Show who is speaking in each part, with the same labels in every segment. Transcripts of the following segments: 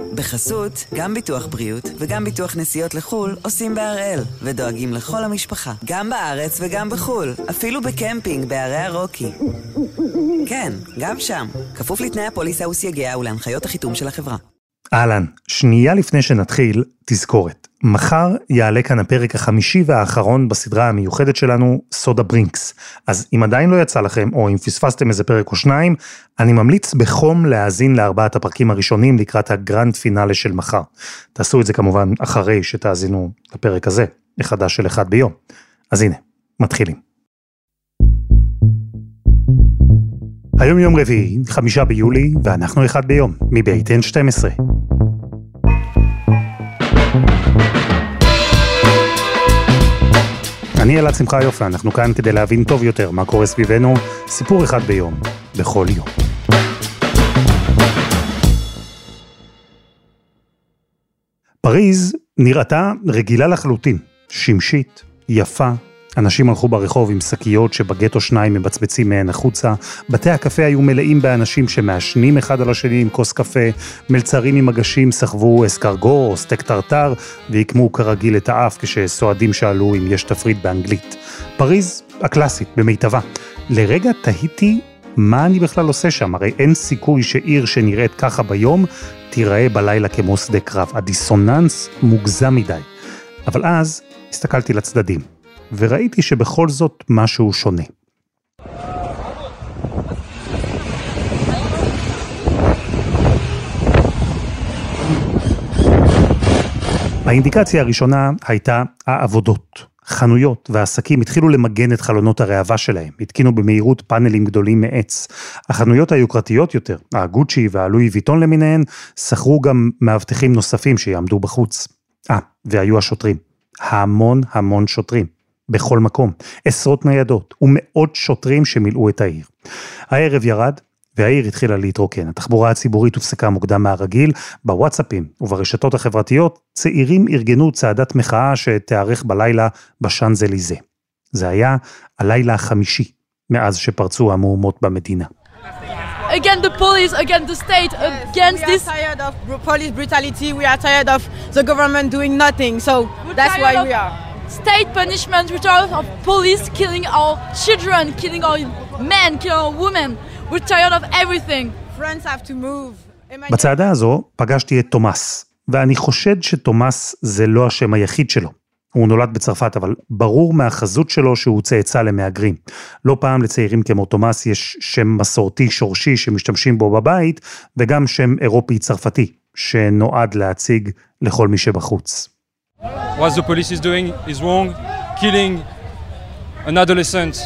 Speaker 1: בחסות, גם ביטוח בריאות וגם ביטוח נסיעות לחול עושים בהראל, ודואגים לכל המשפחה, גם בארץ וגם בחול, אפילו בקמפינג בערי הרוקי. כן, גם שם, כפוף לתנאי הפוליסה וסייגיה ולהנחיות החיתום של החברה.
Speaker 2: אהלן, שנייה לפני שנתחיל, תזכורת. מחר יעלה כאן הפרק החמישי והאחרון בסדרה המיוחדת שלנו, סודה ברינקס. אז אם עדיין לא יצא לכם, או אם פספסתם איזה פרק או שניים, אני ממליץ בחום להאזין לארבעת הפרקים הראשונים לקראת הגרנד פינאלה של מחר. תעשו את זה כמובן אחרי שתאזינו לפרק הזה, החדש של אחד ביום. אז הנה, מתחילים. היום יום רביעי, 5 ביולי, ואנחנו אחד ביום, מבית N12. אני אלעד שמחה יופי, אנחנו כאן כדי להבין טוב יותר מה קורה סביבנו, סיפור אחד ביום, בכל יום. פריז נראתה רגילה לחלוטין, שמשית, יפה, אנשים הלכו ברחוב עם שקיות שבגטו שניים מבצבצים מהן החוצה, בתי הקפה היו מלאים באנשים שמעשנים אחד על השני עם כוס קפה, מלצרים עם מגשים סחבו אסקרגו או סטק טרטר, ויקמו כרגיל את האף כשסועדים שאלו אם יש תפריט באנגלית. פריז הקלאסית, במיטבה. לרגע תהיתי מה אני בכלל עושה שם, הרי אין סיכוי שעיר שנראית ככה ביום, תיראה בלילה כמו שדה קרב. הדיסוננס מוגזם מדי. אבל אז הסתכלתי לצדדים. וראיתי שבכל זאת משהו שונה. האינדיקציה הראשונה הייתה העבודות. חנויות ועסקים התחילו למגן את חלונות הראווה שלהם, התקינו במהירות פאנלים גדולים מעץ. החנויות היוקרתיות יותר, הגוצ'י והלואי ויטון למיניהן, שכרו גם מאבטחים נוספים שיעמדו בחוץ. והיו השוטרים. המון שוטרים. בכל מקום, עשרות ניידות ומאות שוטרים שמילאו את העיר. הערב ירד והעיר התחילה להתרוקן. התחבורה הציבורית הופסקה מוקדם מהרגיל, בוואטסאפים וברשתות החברתיות צעירים ארגנו צעדת מחאה שתארך בלילה בשאנזליזה. זה היה הלילה החמישי מאז שפרצו המהומות במדינה.
Speaker 3: Against the police, against the state, against this.
Speaker 4: We are tired of police brutality, we are tired of the government doing nothing, so that's why we are.
Speaker 3: State punishment, we're tired of police killing our children, killing our men, killing our women. We're tired of everything.
Speaker 4: Friends have to move.
Speaker 2: בצעדה הזו פגשתי את תומאס, ואני חושד שתומאס זה לא השם היחיד שלו. הוא נולד בצרפת, אבל ברור מהחזות שלו שהוא צאצא למהגרים. לא פעם לצעירים כמו תומאס יש שם מסורתי שורשי שמשתמשים בו בבית, וגם שם אירופי צרפתי, שנועד להציג לכל מי שבחוץ.
Speaker 5: What the police is doing is wrong. Killing an adolescent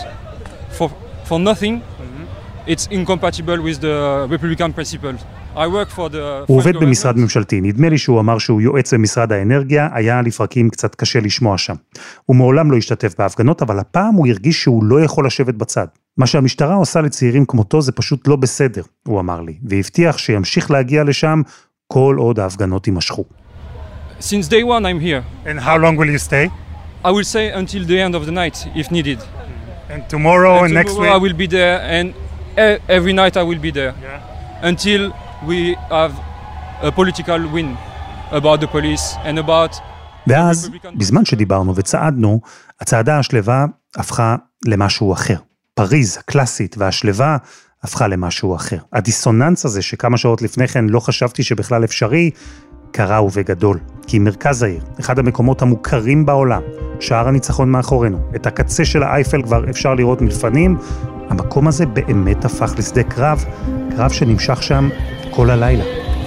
Speaker 5: for nothing, it's incompatible with the Republican principles. I work for the...
Speaker 2: הוא עובד במשרד ממשלתי, נדמה לי שהוא אמר שהוא יועץ במשרד האנרגיה, היה לפרקים קצת קשה לשמוע שם. הוא מעולם לא השתתף בהפגנות, אבל הפעם הוא הרגיש שהוא לא יכול לשבת בצד. מה שהמשטרה עושה לצעירים כמותו זה פשוט לא בסדר, הוא אמר לי, והבטיח שימשיך להגיע לשם כל עוד ההפגנות יימשכו.
Speaker 5: Since day one I'm here.
Speaker 2: And how long will you stay?
Speaker 5: I will stay until the end of the night if needed.
Speaker 2: And tomorrow and next week?
Speaker 5: I will be there and every night I will be there. Yeah. Until we have a political win about the police and about...
Speaker 2: ואז, בזמן שדיברנו וצעדנו, הצעדה השלווה הפכה למשהו אחר. פריז הקלאסית והשלווה הפכה למשהו אחר. הדיסוננס הזה שכמה שעות לפני כן לא חשבתי שבכלל אפשרי, קרה ובגדול, כי מרכז העיר, אחד המקומות המוכרים בעולם, שער הניצחון מאחורינו, את הקצה של האייפל כבר אפשר לראות מלפנים, המקום הזה באמת הפך לשדה קרב, קרב שנמשך שם כל הלילה.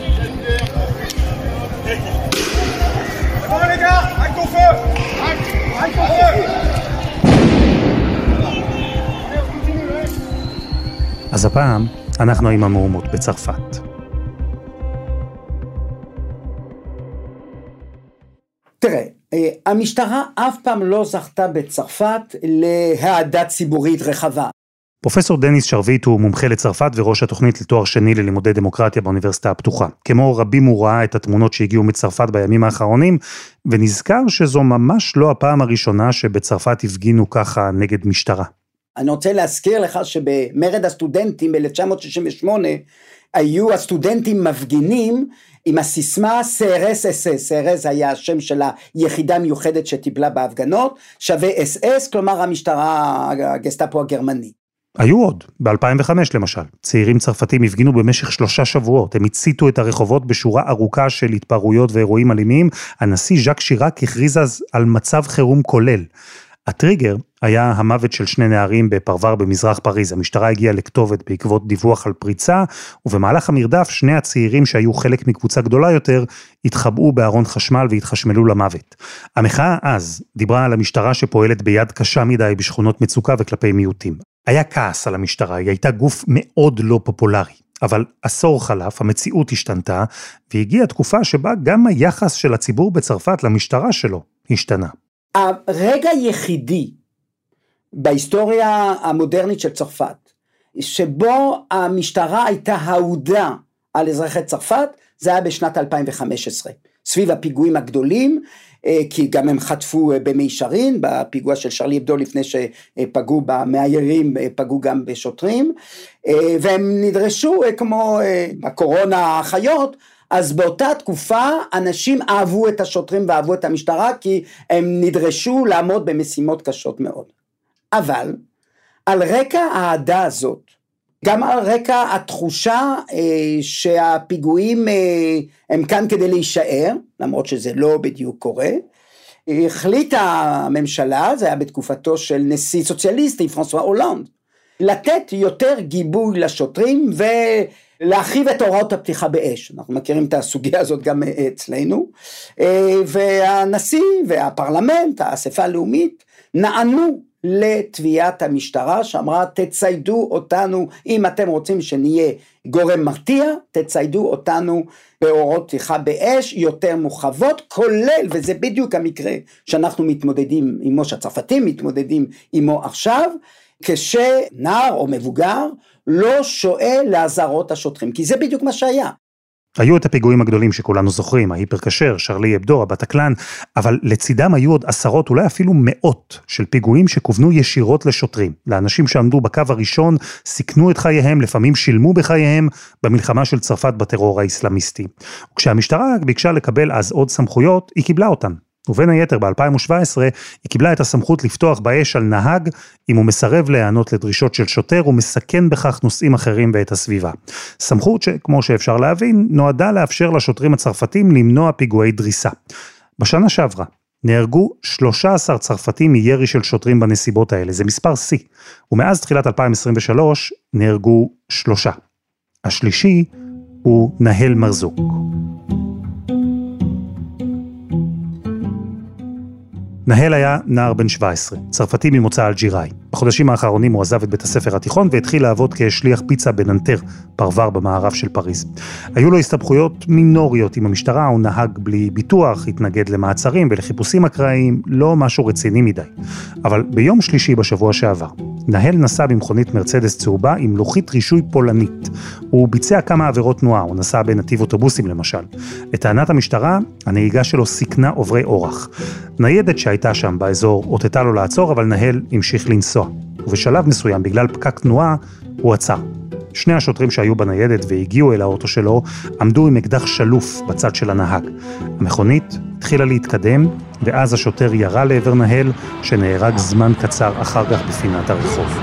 Speaker 2: אז הפעם אנחנו עם המהומות בצרפת.
Speaker 6: תראה, המשטרה אף פעם לא זכתה בצרפת להעדה ציבורית רחבה.
Speaker 2: פרופסור דניס שרביט הוא מומחה לצרפת וראש התוכנית לתואר שני ללימודי דמוקרטיה באוניברסיטה הפתוחה. כמו רבים הוא ראה את התמונות שהגיעו מצרפת בימים האחרונים, ונזכר שזו ממש לא הפעם הראשונה שבצרפת הפגינו ככה נגד משטרה.
Speaker 6: אני רוצה להזכיר לך שבמרד הסטודנטים ב-1968, היו הסטודנטים מפגינים עם הסיסמה CRS-SS, CRS היה השם של היחידה מיוחדת שטיפלה בהפגנות, שווה SS, כלומר המשטרה, הגסטאפו הגרמני.
Speaker 2: היו עוד, ב-2005 למשל, צעירים צרפתים הפגינו במשך 3 שבועות, הם הציתו את הרחובות בשורה ארוכה של התפרעויות ואירועים אלימים, הנשיא ז'אק שיראק הכריז אז על מצב חירום כולל. הטריגר היה המוות של 2 נערים בפרבר במזרח פריז, המשטרה הגיעה לכתובת בעקבות דיווח על פריצה, ובמהלך המרדף 2 הצעירים שהיו חלק מקבוצה גדולה יותר, התחבאו בארון חשמל והתחשמלו למוות. המחאה אז דיברה על המשטרה שפועלת ביד קשה מדי בשכונות מצוקה וכלפי מיעוטים. היה כעס על המשטרה, היא הייתה גוף מאוד לא פופולרי, אבל עשור חלף, המציאות השתנתה, והגיעה תקופה שבה גם היחס של הציבור בצרפת למשטרה שלו השתנה.
Speaker 6: הרגע היחידי בהיסטוריה המודרנית של צרפת, שבו המשטרה הייתה אהודה על אזרחי צרפת, זה היה בשנת 2015, סביב הפיגועים הגדולים, כי גם הם חטפו במישרין, בפיגוע של שרלי אבדו לפני שפגעו במאיירים, פגעו גם בשוטרים, והם נדרשו כמו בקורונה האחיות, אז באותה תקופה אנשים אהבו את השוטרים ואהבו את המשטרה, כי הם נדרשו לעמוד במשימות קשות מאוד. אבל על רקע האהדה הזאת, גם על רקע התחושה שהפיגועים הם כאן כדי להישאר, למרות שזה לא בדיוק קורה, החליטה הממשלה, זה היה בתקופתו של נשיא סוציאליסטי, פרנסואה הולנד, לתת יותר גיבוי לשוטרים ולהרחיב את הוראות הפתיחה באש. אנחנו מכירים את הסוגיה הזאת גם אצלנו, והנשיא והפרלמנט, האספה הלאומית, נענו לתביעת המשטרה שאמרה תציידו אותנו, אם אתם רוצים שנהיה גורם מרתיע, תציידו אותנו בהוראות פתיחה באש יותר מורחבות, כולל, וזה בדיוק המקרה שאנחנו מתמודדים עמו, שהצרפתים מתמודדים עמו עכשיו, כשנער או מבוגר לא שואל להזהרות השוטרים, כי זה בדיוק מה שהיה.
Speaker 2: היו את הפיגועים הגדולים שכולנו זוכרים, ההיפר כשר, שרלי אבדו, הבטקלן, אבל לצידם היו עוד 10, אולי אפילו 100 של פיגועים שכוונו ישירות לשוטרים, לאנשים שעמדו בקו הראשון, סיכנו את חייהם, לפעמים שילמו בחייהם, במלחמה של צרפת בטרור האסלאמיסטי. וכשהמשטרה ביקשה לקבל אז עוד סמכויות, היא קיבלה אותן. ובין היתר ב-2017 היא קיבלה את הסמכות לפתוח באש על נהג, אם הוא מסרב להיענות לדרישות של שוטר, ומסכן בכך נושאים אחרים ואת הסביבה. סמכות שכמו שאפשר להבין, נועדה לאפשר לשוטרים הצרפתים למנוע פיגועי דריסה. בשנה שעברה נהרגו 13 צרפתים מירי של שוטרים בנסיבות האלה, זה מספר C, ומאז תחילת 2023 נהרגו 3. השלישי הוא נהל מרזוק. נהל היה נער בן 17, צרפתי ממוצא אלג'יראי. בחודשים האחרונים הוא עזב את בית הספר התיכון והתחיל לעבוד כשליח פיצה בננטר, פרבר במערב של פריז. היו לו הסתבכויות מינוריות עם המשטרה, הוא נהג בלי ביטוח, התנגד למעצרים ולחיפושים אקראיים, לא משהו רציני מדי. אבל ביום שלישי בשבוע שעבר, נהל נסע במכונית מרצדס צהובה עם לוחית רישוי פולנית. הוא ביצע כמה עבירות תנועה, הוא נסע בנתיב אוטובוסים למשל. לטענת המשטרה, הנהיגה שלו סיכנה עוברי אורח. ניידת שהייתה שם באזור אותתה לו לעצור, אבל נהל המשיך לנסוע. ובשלב מסוים, בגלל פקק תנועה, הוא עצר. 2 השוטרים שהיו בניידת והגיעו אל האוטו שלו, עמדו עם אקדח שלוף בצד של הנהג. המכונית התחילה להתקדם, ואז השוטר ירה לעבר נהל, שנהרג זמן קצר אחר כך בפינת הרחוב.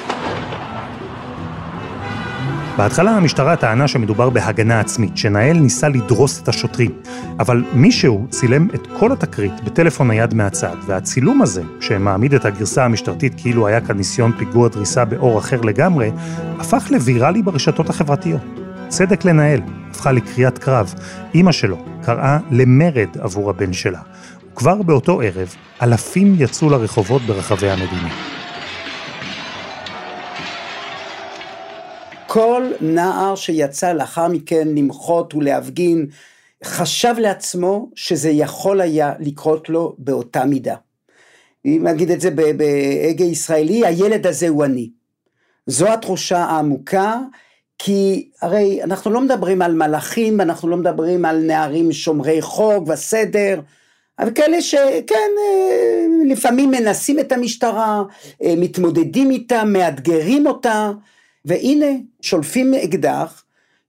Speaker 2: בהתחלה המשטרה טענה שמדובר בהגנה עצמית, שנהל ניסה לדרוס את השוטרים, אבל מישהו צילם את כל התקרית בטלפון נייד מהצד, והצילום הזה, שמעמיד את הגרסה המשטרתית כאילו היה כאן ניסיון פיגוע דריסה באור אחר לגמרי, הפך לוויראלי ברשתות החברתיות. צדק לנהל, הפכה לקריאת קרב. אמא שלו קראה למרד עבור הבן שלה. וכבר באותו ערב, אלפים יצאו לרחובות ברחבי המדינה.
Speaker 6: כל נער שיצא לאחר מכן למחות ולהפגין, חשב לעצמו שזה יכול היה לקרות לו באותה מידה. אם נגיד את זה בהגה ישראלי, הילד הזה הוא אני. זו התחושה העמוקה, כי הרי אנחנו לא מדברים על מלאכים, אנחנו לא מדברים על נערים שומרי חוק וסדר, אבל כאלה שכן, לפעמים מנסים את המשטרה, מתמודדים איתה, מאתגרים אותה, והנה שולפים אקדח,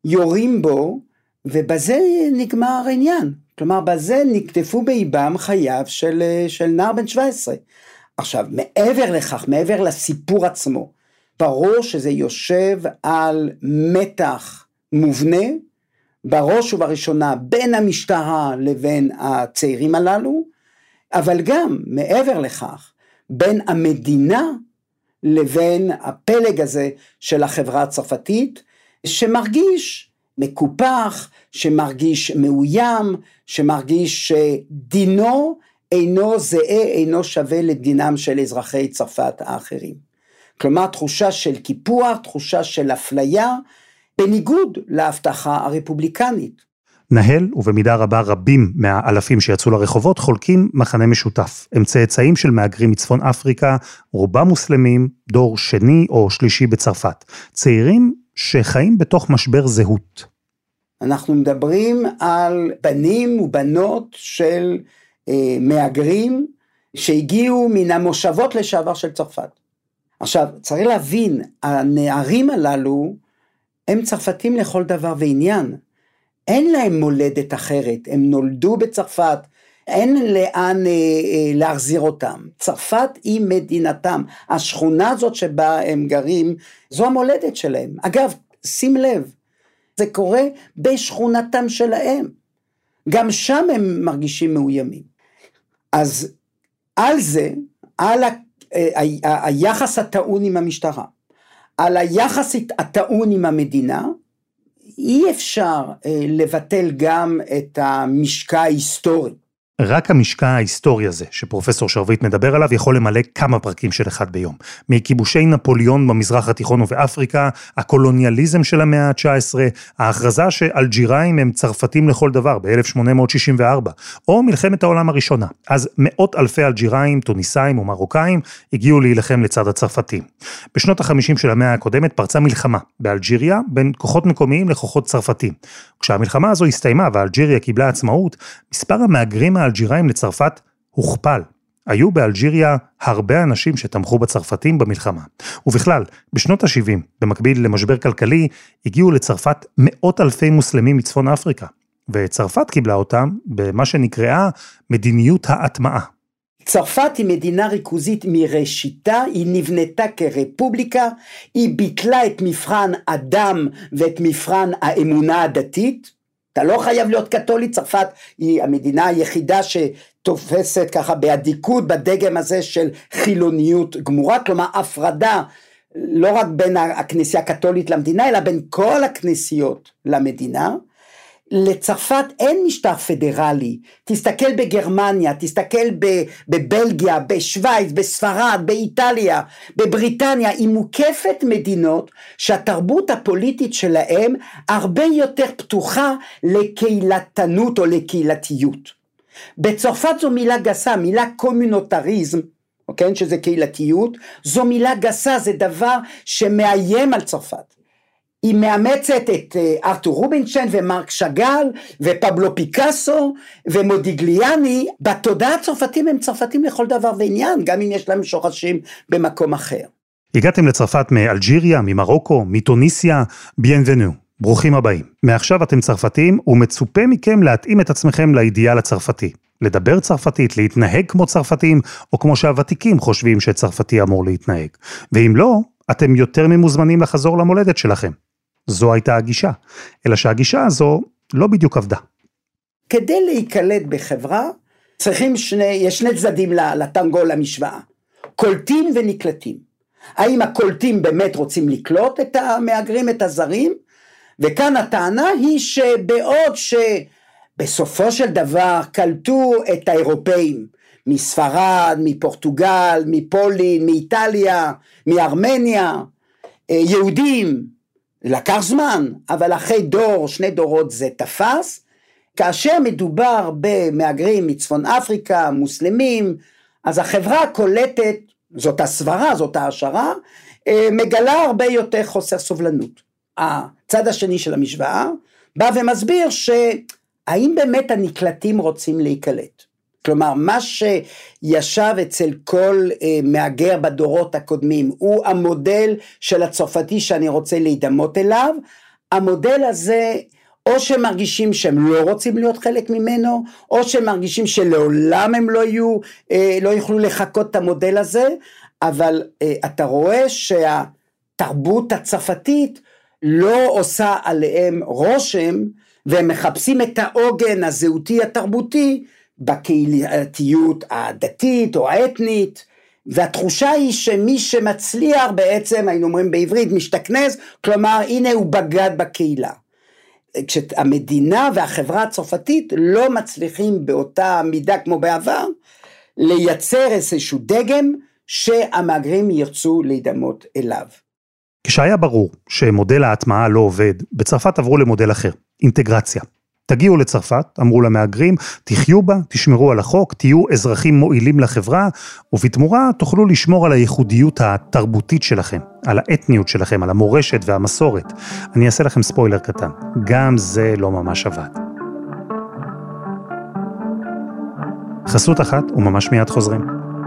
Speaker 6: יורים בו, ובזה נגמר העניין. כלומר, בזה נקטפו באיבם חייו של נער בן 17. עכשיו, מעבר לכך, מעבר לסיפור עצמו, ברור שזה יושב על מתח מובנה, בראש ובראשונה בין המשטרה לבין הצעירים הללו, אבל גם מעבר לכך, בין המדינה לבין הפלג הזה של החברה הצרפתית, שמרגיש מקופח, שמרגיש מאוים, שמרגיש שדינו אינו זהה, אינו שווה לדינם של אזרחי צרפת האחרים. כלומר, תחושה של קיפוח, תחושה של אפליה, בניגוד להבטחה הרפובליקנית.
Speaker 2: נהל, ובמידה רבה רבים מהאלפים שיצאו לרחובות, חולקים מחנה משותף. הם צאצאים של מהגרים מצפון אפריקה, רובם מוסלמים, דור שני או שלישי בצרפת. צעירים שחיים בתוך משבר זהות.
Speaker 6: אנחנו מדברים על בנים ובנות של מהגרים, שהגיעו מן המושבות לשעבר של צרפת. עכשיו, צריך להבין, הנערים הללו, הם צרפתים לכל דבר ועניין. אין להם מולדת אחרת, הם נולדו בצרפת, אין לאן להחזיר אותם. צרפת היא מדינתם, השכונה הזאת שבה הם גרים, זו המולדת שלהם. אגב, שים לב, זה קורה בשכונתם שלהם. גם שם הם מרגישים מאוימים. אז על זה, על היחס הטעון עם המשטרה, על היחס הטעון עם המדינה, אי אפשר לבטל גם את המשקע ההיסטורי.
Speaker 2: רק המשקע ההיסטורי הזה, שפרופסור שרביט מדבר עליו, יכול למלא כמה פרקים של אחד ביום. מכיבושי נפוליאון במזרח התיכון ובאפריקה, הקולוניאליזם של המאה ה-19, ההכרזה שאלג'יראים הם צרפתים לכל דבר ב-1864, או מלחמת העולם הראשונה. אז מאות אלפי אלג'יראים, טוניסאים ומרוקאים הגיעו להילחם לצד הצרפתים. בשנות ה-50 של המאה הקודמת פרצה מלחמה באלג'יריה בין כוחות מקומיים לכוחות צרפתים. כשהמלחמה הזו הסתיימה ואלג'יריה קיבלה עצמאות, מספר המהגרים האלג'יראים לצרפת הוכפל. היו באלג'יריה הרבה אנשים שתמכו בצרפתים במלחמה. ובכלל, בשנות ה-70, במקביל למשבר כלכלי, הגיעו לצרפת מאות אלפי מוסלמים מצפון אפריקה. וצרפת קיבלה אותם במה שנקראה מדיניות ההטמעה.
Speaker 6: צרפת היא מדינה ריכוזית מראשיתה, היא נבנתה כרפובליקה, היא ביטלה את מבחן אדם ואת מבחן האמונה הדתית. אתה לא חייב להיות קתולי, צרפת היא המדינה היחידה שתופסת ככה בעדיקות בדגם הזה של חילוניות גמורה, כלומר הפרדה לא רק בין הכנסייה הקתולית למדינה, אלא בין כל הכנסיות למדינה. לצרפת אין משטר פדרלי, תסתכל בגרמניה, תסתכל בבלגיה, בשוויץ, בספרד, באיטליה, בבריטניה, היא מוקפת מדינות שהתרבות הפוליטית שלהם הרבה יותר פתוחה לקהילתנות או לקהילתיות. בצרפת זו מילה גסה, מילה קומונוטריזם, אוקיי, שזה קהילתיות, זו מילה גסה, זה דבר שמאיים על צרפת. היא מאמצת את ארתור רובינשטיין ומרק שאגאל ופבלו פיקאסו ומודיגליאני. בתודעה הצרפתים הם צרפתים לכל דבר ועניין, גם אם יש להם שורשים במקום אחר.
Speaker 2: הגעתם לצרפת מאלג'יריה, ממרוקו, מטוניסיה, ביינבנו, ברוכים הבאים. מעכשיו אתם צרפתים ומצופה מכם להתאים את עצמכם לאידיאל הצרפתי. לדבר צרפתית, להתנהג כמו צרפתים, או כמו שהוותיקים חושבים שצרפתי אמור להתנהג. ואם לא, אתם יותר ממוזמנים לחזור למולדת שלכם. זו הייתה הגישה, אלא שהגישה הזו לא בדיוק עבדה.
Speaker 6: כדי להיקלט בחברה, יש שני צדדים לטנגו למשוואה, קולטים ונקלטים. האם הקולטים באמת רוצים לקלוט את המהגרים, את הזרים? וכאן הטענה היא שבעוד שבסופו של דבר קלטו את האירופאים, מספרד, מפורטוגל, מפולין, מאיטליה, מארמניה, יהודים, לקח זמן, אבל אחרי דור, 2 דורות זה תפס. כאשר מדובר במהגרים מצפון אפריקה, מוסלמים, אז החברה קולטת, זאת הסברה, זאת ההשערה, מגלה הרבה יותר חוסר סובלנות. הצד השני של המשוואה בא ומסביר שהאם באמת הנקלטים רוצים להיקלט. כלומר, מה שישב אצל כל מהגר בדורות הקודמים, הוא המודל של הצרפתי שאני רוצה להידמות אליו, המודל הזה, או שהם מרגישים שהם לא רוצים להיות חלק ממנו, או שהם מרגישים שלעולם הם לא יוכלו לחכות את המודל הזה, אבל אתה רואה שהתרבות הצרפתית לא עושה עליהם רושם, והם מחפשים את העוגן הזהותי התרבותי, בקהילתיות הדתית או האתנית, והתחושה היא שמי שמצליח בעצם, היינו אומרים בעברית, משתכנז, כלומר הנה הוא בגד בקהילה. כשהמדינה והחברה הצרפתית לא מצליחים באותה מידה כמו בעבר, לייצר איזשהו דגם שהמהגרים ירצו להידמות אליו.
Speaker 2: כשהיה ברור שמודל ההטמעה לא עובד, בצרפת עברו למודל אחר, אינטגרציה. תגיעו לצרפת, אמרו למהגרים, תחיו בה, תשמרו על החוק, תהיו אזרחים מועילים לחברה, ובתמורה תוכלו לשמור על הייחודיות התרבותית שלכם, על האתניות שלכם, על המורשת והמסורת. אני אעשה לכם ספוילר קטן, גם זה לא ממש עבד. חסות אחת וממש מיד חוזרים.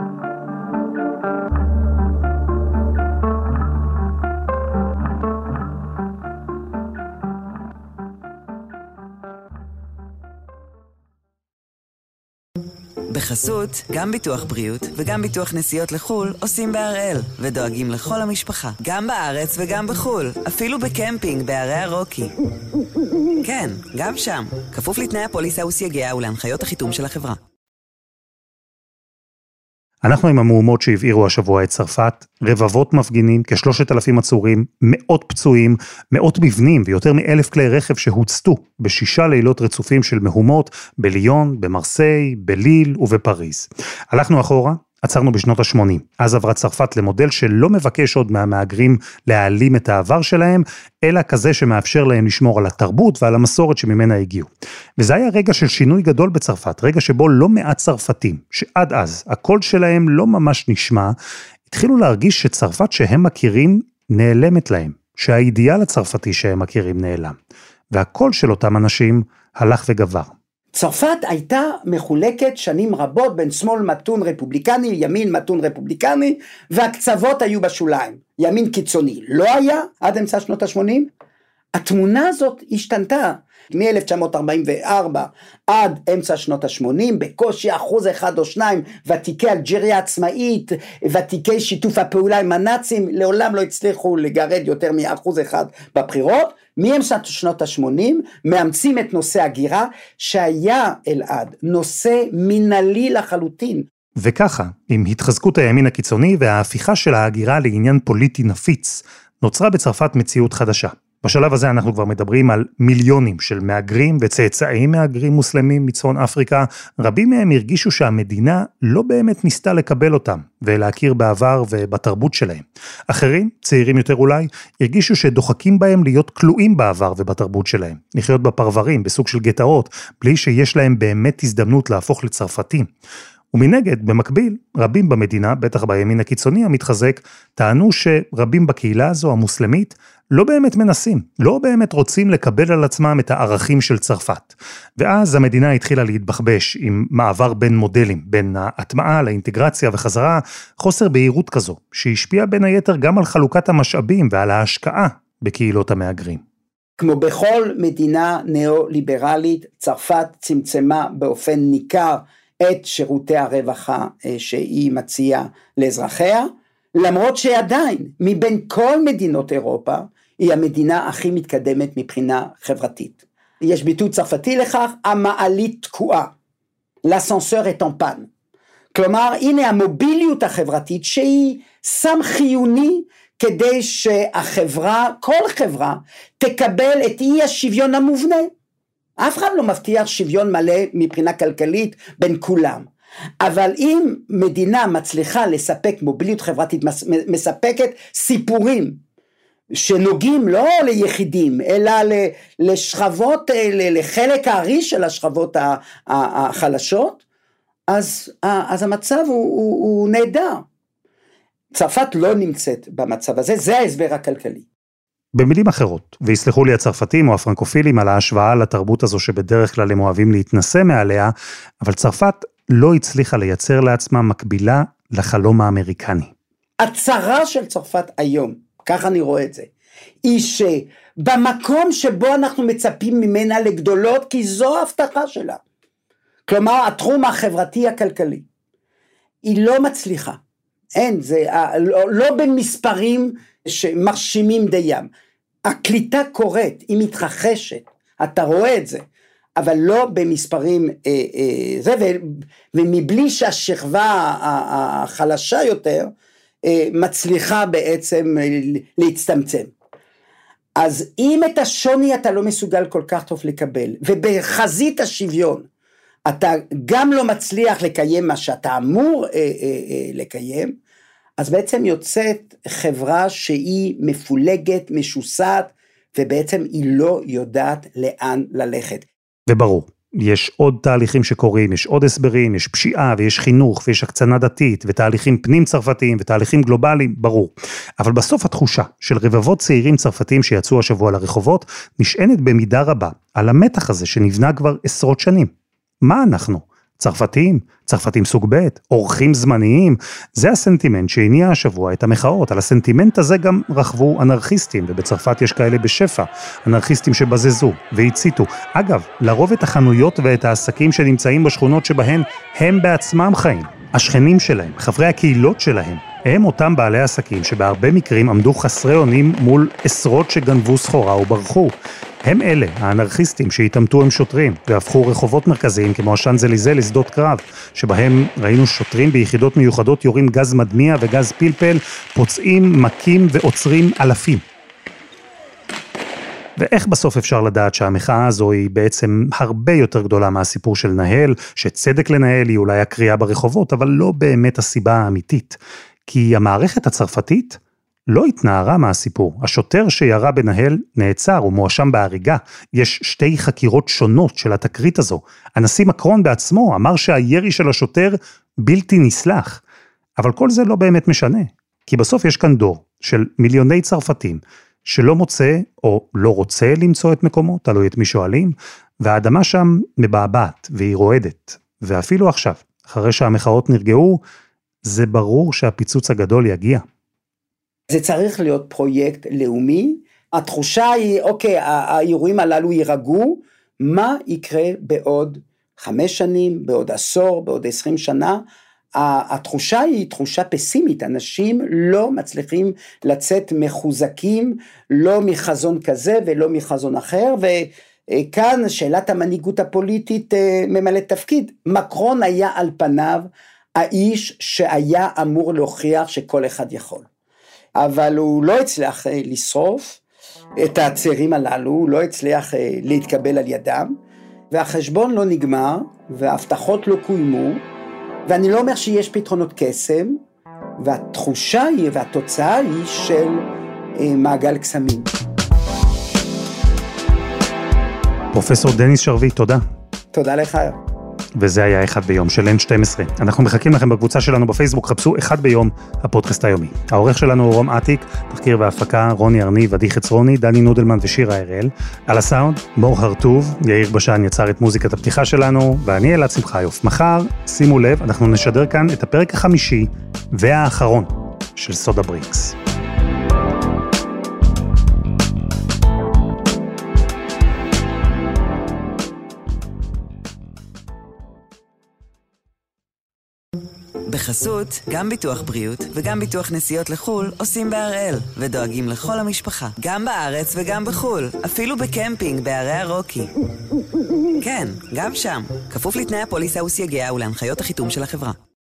Speaker 1: בחסות, גם ביטוח בריאות וגם ביטוח נסיעות לחול עושים בהראל ודואגים לכל המשפחה, גם בארץ וגם בחול, אפילו בקמפינג בערי הרוקי. כן, גם שם, כפוף לתנאי הפוליסה וסייגיה ולהנחיות החיתום של החברה.
Speaker 2: אנחנו עם המהומות שהבעירו השבוע את צרפת, רבבות מפגינים, כ3,000 עצורים, מאות פצועים, מאות מבנים ויותר מ1,000 כלי רכב שהוצתו ב6 לילות רצופים של מהומות בליון, במרסיי, בליל ובפריז. הלכנו אחורה, עצרנו בשנות ה-80. אז עברה צרפת למודל שלא מבקש עוד מהמהגרים להעלים את העבר שלהם, אלא כזה שמאפשר להם לשמור על התרבות ועל המסורת שממנה הגיעו. וזה היה רגע של שינוי גדול בצרפת, רגע שבו לא מעט צרפתים, שעד אז הקול שלהם לא ממש נשמע, התחילו להרגיש שצרפת שהם מכירים נעלמת להם, שהאידיאל הצרפתי שהם מכירים נעלם. והקול של אותם אנשים הלך וגבר.
Speaker 6: צרפת הייתה מחולקת שנים רבות בין שמאל מתון רפובליקני, ימין מתון רפובליקני, והקצוות היו בשוליים. ימין קיצוני לא היה עד אמצע שנות ה-80. התמונה הזאת השתנתה מ-1944 עד אמצע שנות ה-80, בקושי 1% או 2%, ותיקי אלג'יריה עצמאית, ותיקי שיתוף הפעולה עם הנאצים, לעולם לא הצליחו לגרד יותר מ1% בבחירות. מאמצע שנות ה-80 מאמצים את נושא הגירה, שהיה אלעד נושא מנהלי לחלוטין.
Speaker 2: וככה, עם התחזקות הימין הקיצוני וההפיכה של ההגירה לעניין פוליטי נפיץ, נוצרה בצרפת מציאות חדשה. בשלב הזה אנחנו כבר מדברים על מיליונים של מהגרים וצאצאים מהגרים מוסלמים מצפון אפריקה. רבים מהם הרגישו שהמדינה לא באמת ניסתה לקבל אותם ולהכיר בעבר ובתרבות שלהם. אחרים, צעירים יותר אולי, הרגישו שדוחקים בהם להיות כלואים בעבר ובתרבות שלהם, לחיות בפרברים, בסוג של גטאות, בלי שיש להם באמת הזדמנות להפוך לצרפתים. ומנגד, במקביל, רבים במדינה, בטח בימין הקיצוני המתחזק, טענו שרבים בקהילה הזו המוסלמית לא באמת מנסים, לא באמת רוצים לקבל על עצמם את הערכים של צרפת. ואז המדינה התחילה להתבחבש עם מעבר בין מודלים, בין ההטמעה לאינטגרציה וחזרה, חוסר בהירות כזו, שהשפיע בין היתר גם על חלוקת המשאבים ועל ההשקעה בקהילות המהגרים.
Speaker 6: כמו בכל מדינה נאו-ליברלית, צרפת צמצמה באופן ניכר את שירותי הרווחה שהיא מציעה לאזרחיה, למרות שעדיין מבין כל מדינות אירופה היא המדינה הכי מתקדמת מבחינה חברתית. יש ביטוי צרפתי לכך, המעלית תקועה, l'ascenseur est en panne. כלומר, הנה המוביליות החברתית שהיא סם חיוני כדי שהחברה, כל חברה, תקבל את אי השוויון המובנה. אף אחד לא מבטיח שוויון מלא מבחינה כלכלית בין כולם. אבל אם מדינה מצליחה לספק מוביליות חברתית, מספקת סיפורים שנוגעים לא ליחידים, אלא לשכבות, לחלק הארי של השכבות החלשות, אז המצב הוא נהדר. צרפת לא נמצאת במצב הזה, זה ההסבר הכלכלי.
Speaker 2: במילים אחרות, ויסלחו לי הצרפתים או הפרנקופילים על ההשוואה לתרבות הזו שבדרך כלל הם אוהבים להתנסה מעליה, אבל צרפת לא הצליחה לייצר לעצמה מקבילה לחלום האמריקני.
Speaker 6: הצרה של צרפת היום, כך אני רואה את זה, היא במקום שבו אנחנו מצפים ממנה לגדולות, כי זו ההבטחה שלה. כלומר, התחום החברתי הכלכלי. היא לא מצליחה. אין, זה לא במספרים שמרשימים דיים. הקליטה קורית, היא מתרחשת, אתה רואה את זה, אבל לא במספרים ומבלי שהשכבה החלשה יותר מצליחה בעצם להצטמצם. אז אם את השוני אתה לא מסוגל כל כך טוב לקבל, ובחזית השוויון אתה גם לא מצליח לקיים מה שאתה אמור לקיים, אז בעצם יוצאת חברה שהיא מפולגת, משוסעת, ובעצם היא לא יודעת לאן ללכת.
Speaker 2: וברור, יש עוד תהליכים שקורים, יש עוד הסברים, יש פשיעה ויש חינוך ויש הקצנה דתית ותהליכים פנים צרפתיים ותהליכים גלובליים, ברור. אבל בסוף התחושה של רבבות צעירים צרפתיים שיצאו השבוע לרחובות, נשענת במידה רבה על המתח הזה שנבנה כבר עשרות שנים. מה אנחנו? צרפתים, צרפתים סוג ב', אורחים זמניים, זה הסנטימנט שהניע השבוע את המחאות. על הסנטימנט הזה גם רחבו אנרכיסטים, ובצרפת יש כאלה בשפע, אנרכיסטים שבזזו והציתו. אגב, לרוב את החנויות ואת העסקים שנמצאים בשכונות שבהן הם בעצמם חיים. השכנים שלהם, חברי הקהילות שלהם, הם אותם בעלי עסקים שבהרבה מקרים עמדו חסרי אונים מול עשרות שגנבו סחורה וברחו. הם אלה, האנרכיסטים שהתעמתו עם שוטרים והפכו רחובות מרכזיים כמו השאנזליזה לשדות קרב, שבהם ראינו שוטרים ביחידות מיוחדות יורים גז מדמיע וגז פלפל, פוצעים, מכים ועוצרים אלפים. ואיך בסוף אפשר לדעת שהמחאה הזו היא בעצם הרבה יותר גדולה מהסיפור של נהל, שצדק לנהל היא אולי הקריאה ברחובות, אבל לא באמת הסיבה האמיתית. כי המערכת הצרפתית לא התנערה מהסיפור. השוטר שירה בנהל נעצר ומואשם בהריגה. יש שתי חקירות שונות של התקרית הזו. הנשיא מקרון בעצמו אמר שהירי של השוטר בלתי נסלח. אבל כל זה לא באמת משנה. כי בסוף יש כאן דור של מיליוני צרפתים שלא מוצא או לא רוצה למצוא את מקומו, תלוי את מי שואלים, והאדמה שם מבעבעת והיא רועדת. ואפילו עכשיו, אחרי שהמחאות נרגעו, זה ברור שהפיצוץ הגדול יגיע.
Speaker 6: זה צריך להיות פרויקט לאומי, התחושה היא, אוקיי, האירועים הללו יירגעו, מה יקרה בעוד 5 שנים, בעוד עשור, בעוד 20 שנה, התחושה היא תחושה פסימית, אנשים לא מצליחים לצאת מחוזקים, לא מחזון כזה ולא מחזון אחר, וכאן שאלת המנהיגות הפוליטית ממלאת תפקיד. מקרון היה על פניו האיש שהיה אמור להוכיח שכל אחד יכול. אבל הוא לא הצליח לשרוף את הצעירים הללו, הוא לא הצליח להתקבל על ידם, והחשבון לא נגמר, וההבטחות לא קוימו, ואני לא אומר שיש פתרונות קסם, והתחושה היא והתוצאה היא של מעגל קסמים.
Speaker 2: פרופסור דניס שרביט, תודה.
Speaker 6: תודה לך.
Speaker 2: וזה היה אחד ביום של N12. אנחנו מחכים לכם בקבוצה שלנו בפייסבוק, חפשו אחד ביום, הפודקאסט היומי. העורך שלנו הוא רום עתיק, תחקיר והפקה, רוני ארניב, עדי חצרוני, דני נודלמן ושירה הראל. על הסאונד, מור הרטוב, יאיר בשן יצר את מוזיקת הפתיחה שלנו, ואני אלעד שמחיוף. מחר, שימו לב, אנחנו נשדר כאן את הפרק החמישי והאחרון של סודה בריקס.
Speaker 1: בחסות, גם ביטוח בריאות וגם ביטוח נסיעות לחול עושים בהראל ודואגים לכל המשפחה, גם בארץ וגם בחול, אפילו בקמפינג בערי הרוקי. כן, גם שם, כפוף לתנאי הפוליסה וסייגיה ולהנחיות החיתום של החברה.